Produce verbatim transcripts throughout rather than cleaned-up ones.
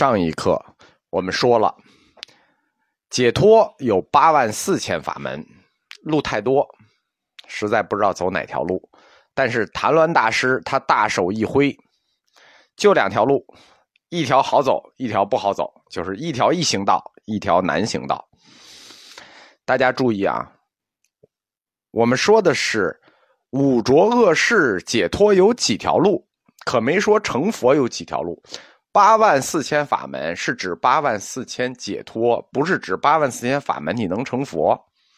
上一课我们说了，解脱有八万四千法门，路太多，实在不知道走哪条路。但是谭鸾大师他大手一挥，就两条路，一条好走，一条不好走，就是一条易行道，一条难行道。大家注意啊，我们说的是五浊恶世解脱有几条路，可没说成佛有几条路。八万四千法门是指八万四千解脱，不是指八万四千法门你能成佛。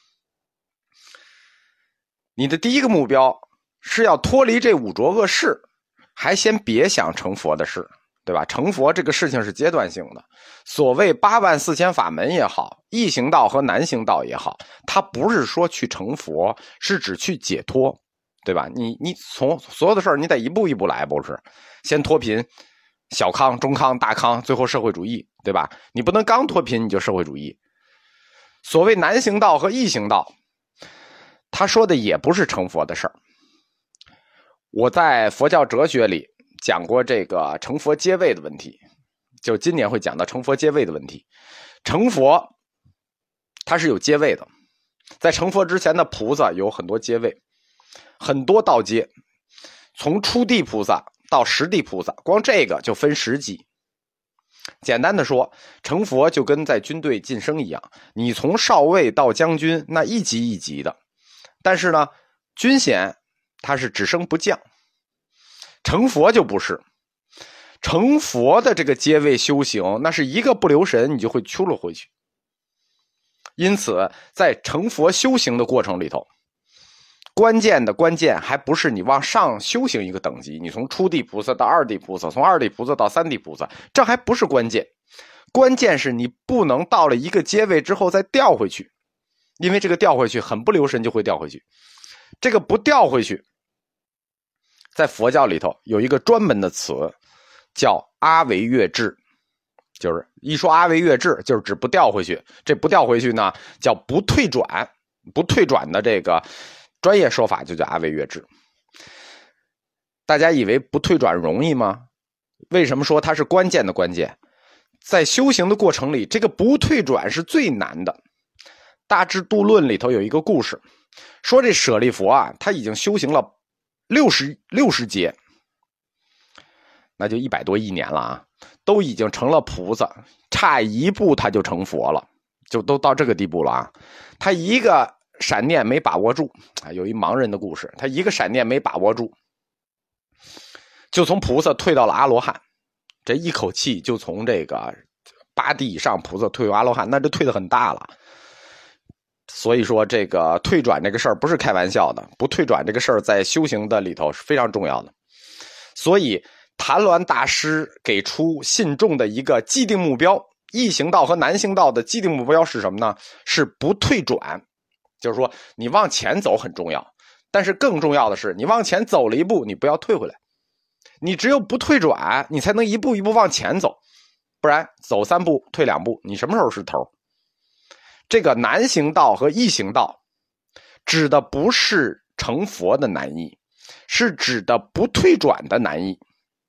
你的第一个目标是要脱离这五浊恶世，还先别想成佛的事，对吧？成佛这个事情是阶段性的。所谓八万四千法门也好，易行道和难行道也好，它不是说去成佛，是指去解脱，对吧？你你从所有的事儿你得一步一步来，不是？先脱贫，小康、中康、大康，最后社会主义，对吧？你不能刚脱贫你就社会主义。所谓难行道和易行道，他说的也不是成佛的事儿。我在佛教哲学里讲过这个成佛阶位的问题，就今年会讲到成佛阶位的问题。成佛它是有阶位的，在成佛之前的菩萨有很多阶位，很多道阶，从初地菩萨到十地菩萨，光这个就分十级。简单的说，成佛就跟在军队晋升一样，你从少尉到将军，那一级一级的。但是呢，军衔它是只升不降，成佛就不是。成佛的这个阶位修行，那是一个不留神你就会出了回去。因此在成佛修行的过程里头，关键的关键还不是你往上修行一个等级，你从初地菩萨到二地菩萨，从二地菩萨到三地菩萨，这还不是关键。关键是你不能到了一个阶位之后再掉回去，因为这个掉回去很不留神就会掉回去。这个不掉回去，在佛教里头有一个专门的词叫阿维越智，就是一说阿维越智就是指不掉回去。这不掉回去呢叫不退转，不退转的这个专业说法就叫阿维越智。大家以为不退转容易吗？为什么说它是关键的关键？在修行的过程里，这个不退转是最难的。大智度论里头有一个故事，说这舍利弗啊，他已经修行了六十六十劫，那就一百多亿年了啊，都已经成了菩萨，差一步他就成佛了，就都到这个地步了啊。他一个闪念没把握住啊，有一盲人的故事，他一个闪念没把握住，就从菩萨退到了阿罗汉，这一口气就从这个八地以上菩萨退到阿罗汉，那就退得很大了。所以说这个退转这个事儿不是开玩笑的，不退转这个事儿在修行的里头是非常重要的。所以谭鸾大师给出信众的一个既定目标，易行道和难行道的既定目标是什么呢？是不退转。就是说你往前走很重要，但是更重要的是你往前走了一步你不要退回来，你只有不退转你才能一步一步往前走，不然走三步退两步，你什么时候是头？这个难行道和易行道指的不是成佛的难易，是指的不退转的难易。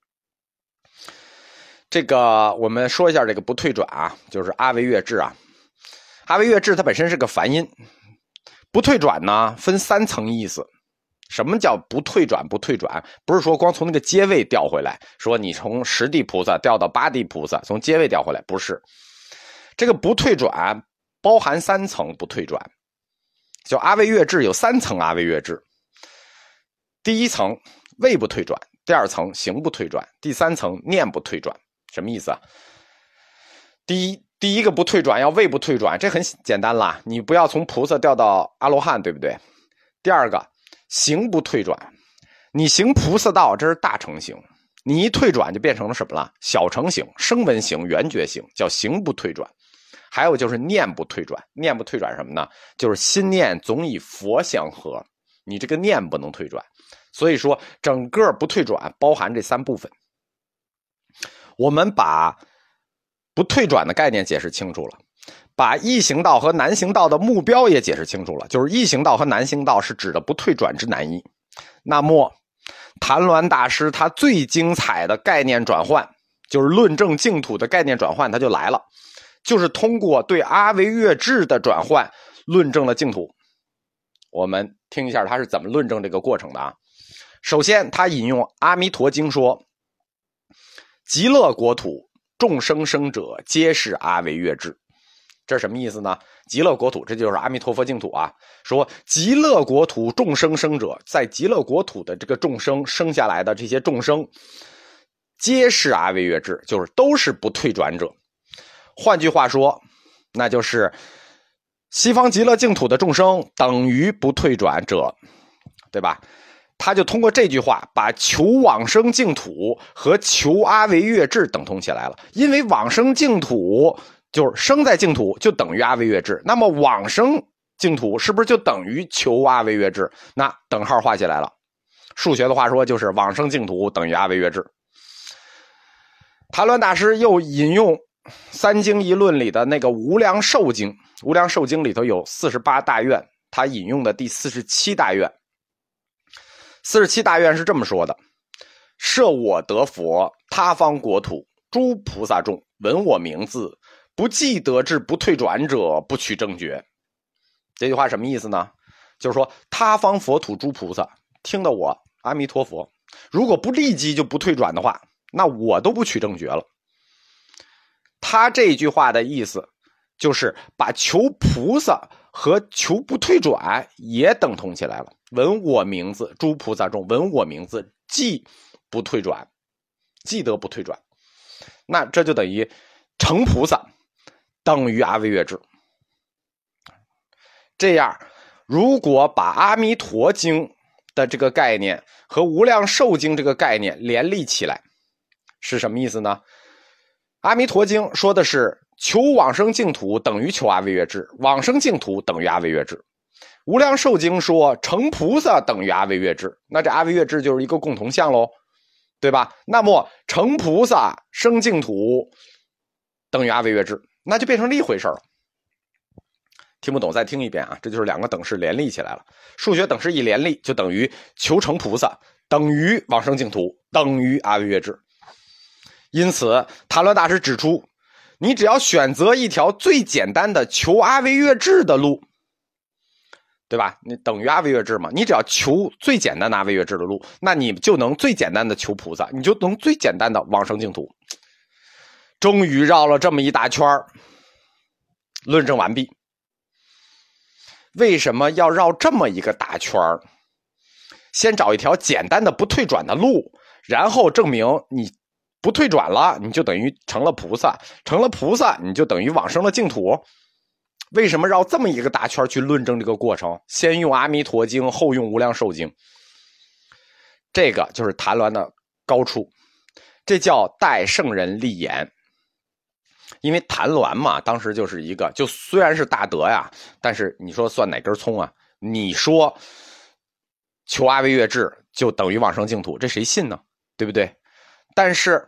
这个我们说一下这个不退转啊，就是阿维越智啊。阿维越智它本身是个梵音，不退转呢分三层意思。什么叫不退转？不退转不是说光从那个阶位调回来，说你从十地菩萨调到八地菩萨，从阶位调回来，不是。这个不退转包含三层不退转，就阿维越智有三层阿维越智。第一层位不退转，第二层行不退转，第三层念不退转。什么意思啊？第一第一个不退转要位不退转，这很简单啦，你不要从菩萨调到阿罗汉，对不对？第二个行不退转，你行菩萨道这是大乘行，你一退转就变成了什么了？小乘行、声闻行、缘觉行，叫行不退转。还有就是念不退转，念不退转什么呢？就是心念总以佛相合，你这个念不能退转。所以说整个不退转包含这三部分。我们把不退转的概念解释清楚了，把易行道和难行道的目标也解释清楚了，就是易行道和难行道是指的不退转之难易。那么谭鸾大师他最精彩的概念转换就是论证净土的概念转换，它就来了，就是通过对阿惟越致的转换论证了净土。我们听一下他是怎么论证这个过程的啊。首先他引用阿弥陀经说，极乐国土众生生者皆是阿惟越致。这是什么意思呢？极乐国土，这就是阿弥陀佛净土啊。说极乐国土众生生者，在极乐国土的这个众生生下来的这些众生，皆是阿惟越致，就是都是不退转者。换句话说，那就是西方极乐净土的众生等于不退转者，对吧？他就通过这句话把求往生净土和求阿惟越致等同起来了。因为往生净土就是生在净土就等于阿惟越致，那么往生净土是不是就等于求阿惟越致？那等号画起来了。数学的话说就是往生净土等于阿惟越致。谭鸾大师又引用三经一论里的那个无量寿经，无量寿经里头有四十八大愿，他引用的第四十七大愿。四十七大愿是这么说的：设我得佛，他方国土，诸菩萨众闻我名字，不计得志不退转者，不取正觉。这句话什么意思呢？就是说他方佛土诸菩萨听到我阿弥陀佛，如果不立即就不退转的话，那我都不取正觉了。他这句话的意思就是把求菩萨和求不退转也等同起来了。闻我名字，诸菩萨众闻我名字，即不退转，即得不退转。那这就等于成菩萨等于阿惟越致。这样，如果把阿弥陀经的这个概念和无量寿经这个概念联立起来，是什么意思呢？阿弥陀经说的是求往生净土等于求阿惟越致，往生净土等于阿惟越致。无量寿经说成菩萨等于阿惟越致，那这阿惟越致就是一个共同项咯，对吧？那么成菩萨生净土等于阿惟越致，那就变成了一回事了。听不懂再听一遍啊，这就是两个等式联立起来了。数学等式一联立，就等于求成菩萨等于往生净土等于阿惟越致。因此谭鸾大师指出，你只要选择一条最简单的求阿惟越致的路，对吧？你等于阿惟越致嘛，你只要求最简单的阿惟越致的路，那你就能最简单的求菩萨，你就能最简单的往生净土。终于绕了这么一大圈，论证完毕。为什么要绕这么一个大圈？先找一条简单的不退转的路，然后证明你不退转了，你就等于成了菩萨，成了菩萨你就等于往生了净土。为什么绕这么一个大圈去论证这个过程？先用阿弥陀经，后用无量寿经。这个就是谭鸾的高处，这叫代圣人立言。因为谭鸾嘛，当时就是一个，就虽然是大德呀，但是你说算哪根葱啊？你说求阿惟越致就等于往生净土，这谁信呢？对不对？但是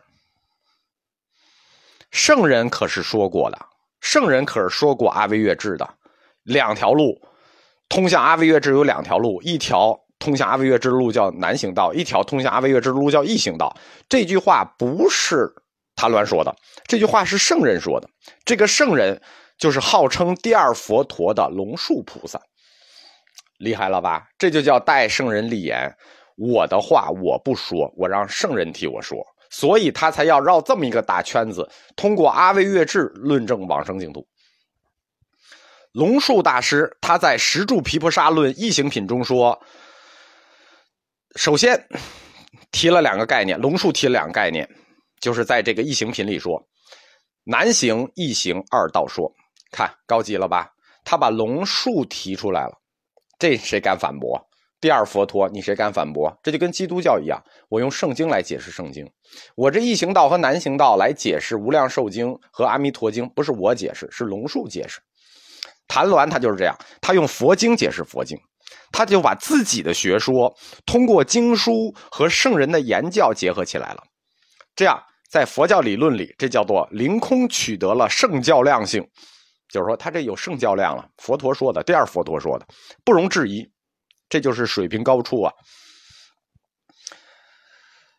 圣人可是说过的，圣人可是说过阿惟越致的两条路，通向阿惟越致有两条路，一条通向阿惟越致的路叫难行道，一条通向阿惟越致的路叫易行道。这句话不是谭鸾说的，这句话是圣人说的。这个圣人就是号称第二佛陀的龙树菩萨，厉害了吧？这就叫代圣人立言。我的话我不说，我让圣人替我说，所以他才要绕这么一个大圈子，通过阿惟越致论证往生净土。龙树大师他在十住毗婆沙论易行品中说，首先提了两个概念，龙树提了两个概念，就是在这个易行品里说难行易行二道说，看高级了吧？他把龙树提出来了，这谁敢反驳？第二佛陀你谁敢反驳？这就跟基督教一样，我用圣经来解释圣经，我这易行道和难行道来解释无量寿经和阿弥陀经，不是我解释，是龙树解释。谭鸾他就是这样，他用佛经解释佛经，他就把自己的学说通过经书和圣人的言教结合起来了。这样在佛教理论里，这叫做凌空取得了圣教量性，就是说他这有圣教量了，佛陀说的，第二佛陀说的，不容置疑，这就是水平高处啊。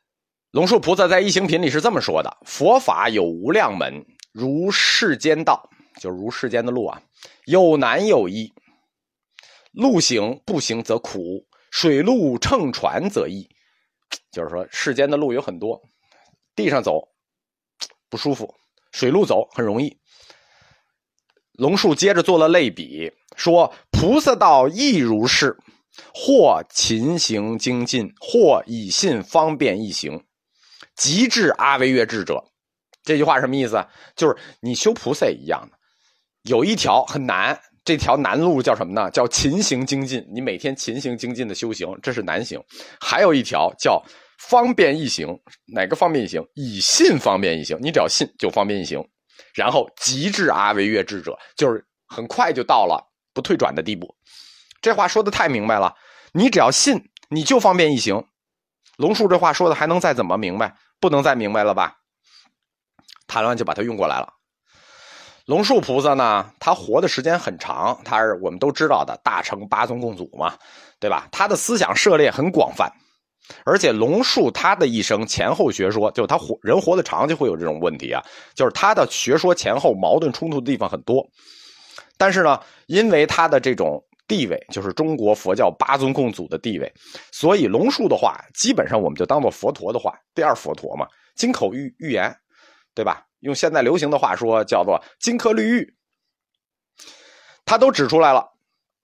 龙树菩萨在一行品里是这么说的：佛法有无量门，如世间道，就如世间的路啊，有难有易，路行不行则苦，水路乘船则易。就是说世间的路有很多，地上走不舒服，水路走很容易。龙树接着做了类比，说菩萨道亦如是，或勤行精进，或以信方便易行，极至阿惟越致者。这句话什么意思啊？就是你修菩萨也一样的，有一条很难，这条难路叫什么呢？叫勤行精进，你每天勤行精进的修行，这是难行。还有一条叫方便易行，哪个方便易行？以信方便易行，你只要信就方便易行。然后极至阿惟越致者，就是很快就到了不退转的地步。这话说的太明白了，你只要信你就方便易行。龙树这话说的还能再怎么明白？不能再明白了吧？谭鸾就把它用过来了。龙树菩萨呢，他活的时间很长，他是我们都知道的大乘八宗共祖嘛，对吧？他的思想涉猎很广泛，而且龙树他的一生前后学说，就是他活人活得长就会有这种问题啊，就是他的学说前后矛盾冲突的地方很多。但是呢，因为他的这种地位，就是中国佛教八宗共祖的地位，所以龙树的话基本上我们就当做佛陀的话，第二佛陀嘛，金口玉玉言，对吧？用现在流行的话说叫做金科绿玉，他都指出来了。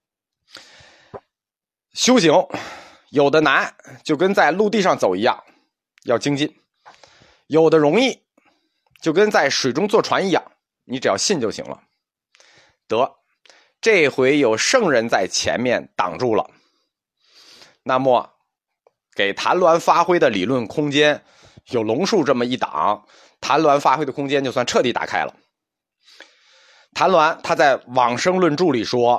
修行有的难，就跟在陆地上走一样，要精进；有的容易，就跟在水中坐船一样，你只要信就行了。得，这回有圣人在前面挡住了，那么给谭鸾发挥的理论空间，有龙树这么一挡，谭鸾发挥的空间就算彻底打开了。谭鸾他在《往生论注》里说：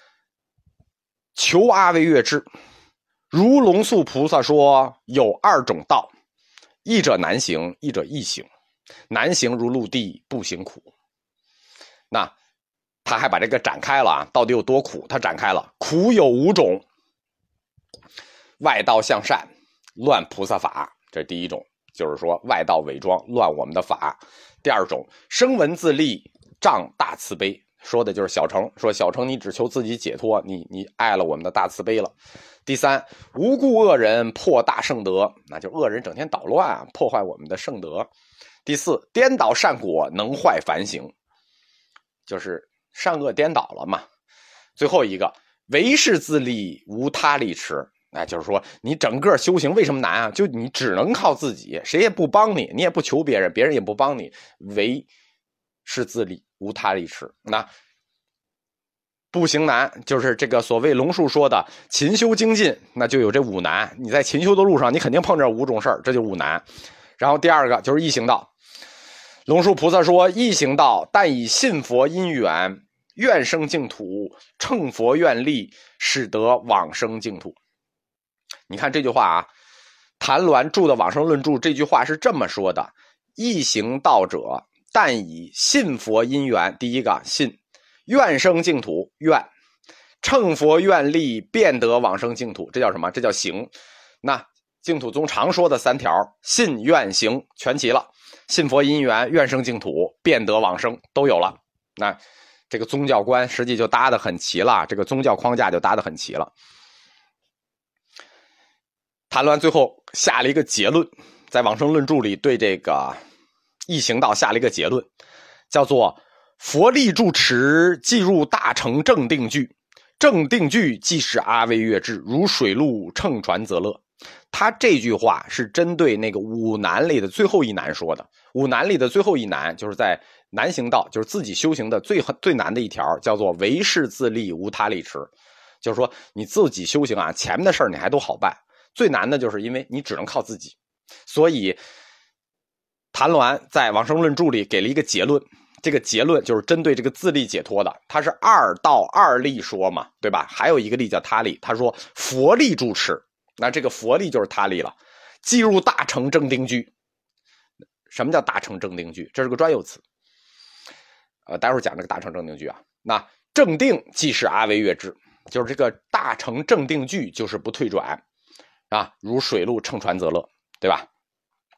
求阿惟越致，如龙树菩萨说，有二种道，一者难行，一者易行。难行如陆地，不行苦。那他还把这个展开了啊，到底有多苦？他展开了，苦有五种：外道向善，乱菩萨法，这是第一种，就是说外道伪装，乱我们的法。第二种，声闻自利，障大慈悲，说的就是小乘，说小乘你只求自己解脱，你你爱了我们的大慈悲了。第三，无故恶人破大圣德，那就恶人整天捣乱，破坏我们的圣德。第四，颠倒善果，能坏凡行，就是善恶颠倒了嘛。最后一个，唯是自利，无他力持，哎，就是说你整个修行为什么难啊？就你只能靠自己，谁也不帮你，你也不求别人，别人也不帮你，唯是自利，无他力持。那步行难，就是这个所谓龙树说的勤修精进，那就有这五难。你在勤修的路上，你肯定碰着五种事儿，这就五难。然后第二个就是易行道，龙树菩萨说，易行道但以信佛因缘，愿生净土，乘佛愿力，使得往生净土。你看这句话啊，谭鸾著的《往生论注》这句话是这么说的：易行道者，但以信佛因缘，第一个信，愿生净土，愿乘佛愿力，便得往生净土，这叫什么？这叫行。那净土宗常说的三条，信愿行全齐了，信佛因缘，愿生净土，便得往生都有了。那这个宗教观实际就搭得很齐了，这个宗教框架就搭得很齐了。谭鸾最后下了一个结论，在《往生论注》里对这个易行道下了一个结论，叫做佛力住持，即入大乘正定句，正定句即是阿惟越致，如水路乘船则乐。他这句话是针对那个五难里的最后一难说的。五难里的最后一难就是在难行道，就是自己修行的最最难的一条，叫做唯是自利，无他力持。就是说你自己修行啊，前面的事儿你还都好办，最难的就是因为你只能靠自己。所以谭鸾在《往生论注》里给了一个结论，这个结论就是针对这个自利解脱的，他是二道二力说嘛，对吧？还有一个力叫他力，他说佛力住持，那这个佛力就是他力了，即入大乘正定句。什么叫大乘正定句？这是个专有词，呃，待会儿讲这个大乘正定句啊。那正定即是阿惟越致，就是这个大乘正定句就是不退转啊，如水路乘船则乐，对吧？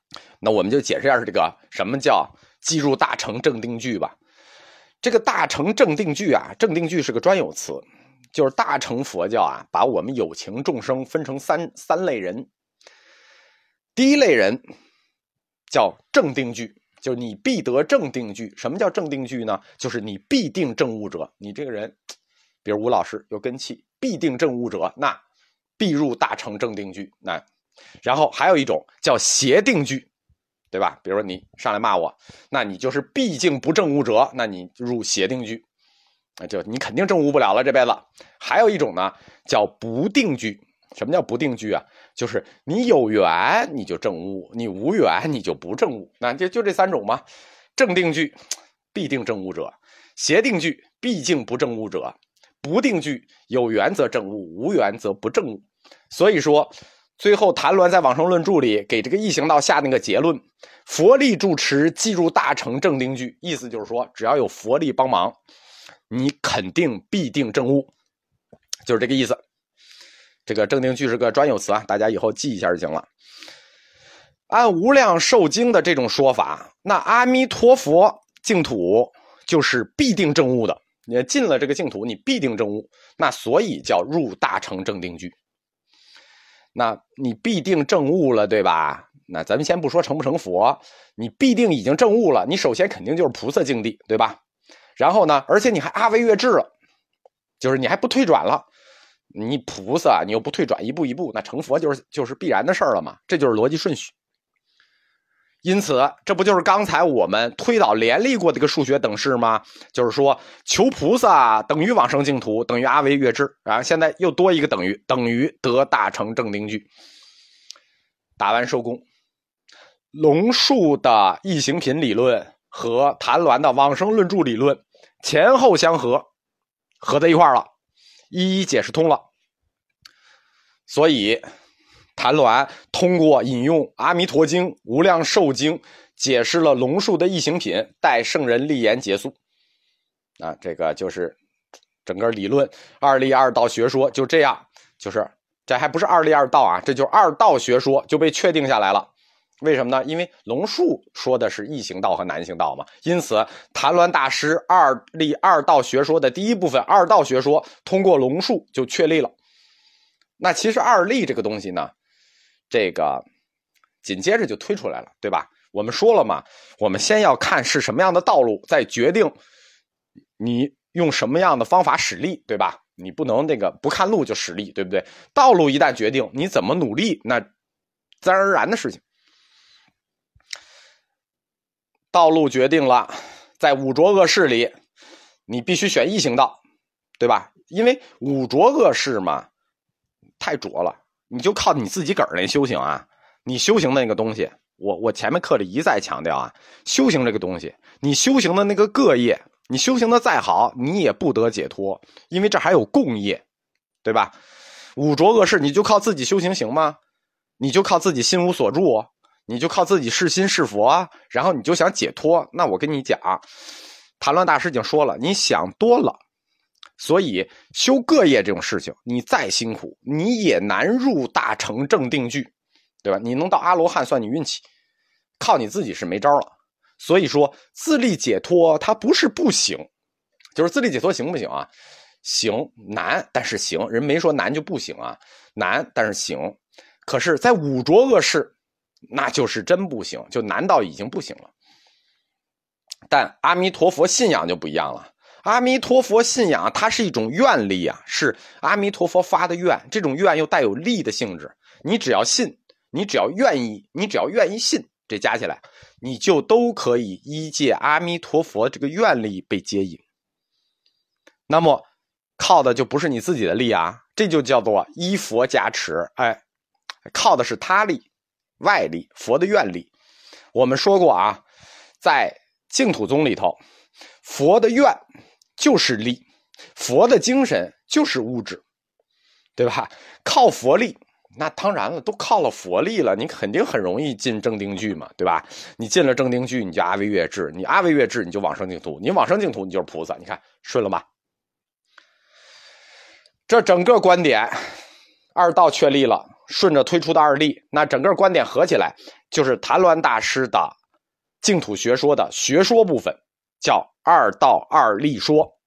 那我们就解释一下这个什么叫即入大乘正定句吧。这个大乘正定句啊，正定句是个专有词，就是大乘佛教啊，把我们有情众生分成三三类人。第一类人叫正定句，就是你必得正定句。什么叫正定句呢？就是你必定正悟者，你这个人，比如吴老师有根气，必定正悟者，那必入大乘正定句。那然后还有一种叫邪定句，对吧？比如说你上来骂我，那你就是毕竟不正悟者，那你入邪定句，那就你肯定正悟不了了这辈子。还有一种呢叫不定句。什么叫不定句啊？就是你有缘你就正悟，你无缘你就不正悟。那就就这三种嘛。正定句必定正悟者，邪定句毕竟不正悟者，不定句有缘则正悟，无缘则不正悟。所以说最后谭鸾在往生论注里给这个异行道下那个结论，佛力住持即入大乘正定句，意思就是说只要有佛力帮忙，你肯定必定正悟，就是这个意思。这个正定句是个专有词啊，大家以后记一下就行了。按无量寿经的这种说法，那阿弥陀佛净土就是必定正悟的，你进了这个净土你必定正悟，那所以叫入大乘正定句。那你必定正悟了，对吧？那咱们先不说成不成佛，你必定已经正悟了，你首先肯定就是菩萨境地，对吧？然后呢，而且你还阿惟越致了，就是你还不退转了，你菩萨你又不退转，一步一步，那成佛就是就是必然的事儿了嘛，这就是逻辑顺序。因此这不就是刚才我们推导联立过的一个数学等式吗？就是说求菩萨等于往生净土等于阿惟越致，然后现在又多一个等于，等于得大乘正定句。打完收工。龙树的异行品理论和谭鸾的往生论著理论前后相合，合在一块儿了，一一解释通了。所以谭鸾通过引用阿弥陀经、无量寿经解释了龙树的异行品，待圣人立言结束。啊，这个就是整个理论二立二道学说就这样，就是这还不是二立二道啊，这就是二道学说就被确定下来了。为什么呢？因为龙树说的是异行道和难行道嘛，因此谭鸾大师二立二道学说的第一部分二道学说通过龙树就确立了。那其实二立这个东西呢，这个紧接着就推出来了，对吧？我们说了嘛，我们先要看是什么样的道路，再决定你用什么样的方法使力，对吧？你不能那个不看路就使力，对不对？道路一旦决定，你怎么努力，那自然而然的事情。道路决定了，在五浊恶世里你必须选异行道，对吧？因为五浊恶世嘛太浊了，你就靠你自己个儿那修行啊，你修行的那个东西，我我前面课里一再强调啊，修行这个东西，你修行的那个个业，你修行的再好，你也不得解脱，因为这还有共业，对吧？五浊恶世你就靠自己修行行吗？你就靠自己心无所住，你就靠自己是心是佛，然后你就想解脱，那我跟你讲，谭鸾大师已经说了，你想多了。所以修个业这种事情，你再辛苦，你也难入大乘正定句，对吧？你能到阿罗汉算你运气，靠你自己是没招了。所以说自力解脱它不是不行，就是自力解脱行不行啊？行，难，但是行，人没说难就不行啊，难但是行。可是在五浊恶世那就是真不行，就难到已经不行了。但阿弥陀佛信仰就不一样了，阿弥陀佛信仰它是一种愿力啊，是阿弥陀佛发的愿，这种愿又带有力的性质，你只要信，你只要愿意，你只要愿意信，这加起来你就都可以依借阿弥陀佛这个愿力被接引。那么靠的就不是你自己的力啊，这就叫做依佛加持，哎，靠的是他力，外力，佛的愿力。我们说过啊，在净土宗里头，佛的愿就是力，佛的精神就是物质，对吧？靠佛力，那当然了，都靠了佛力了，你肯定很容易进正定句嘛，对吧？你进了正定句，你就阿惟越致，你阿惟越致，你就往生净土，你往生净土，你就是菩萨，你看顺了吗？这整个观点二道确立了， 顺着推出的二例，那整个观点合起来就是谭鸾大师的净土学说的学说部分，叫二道二例说。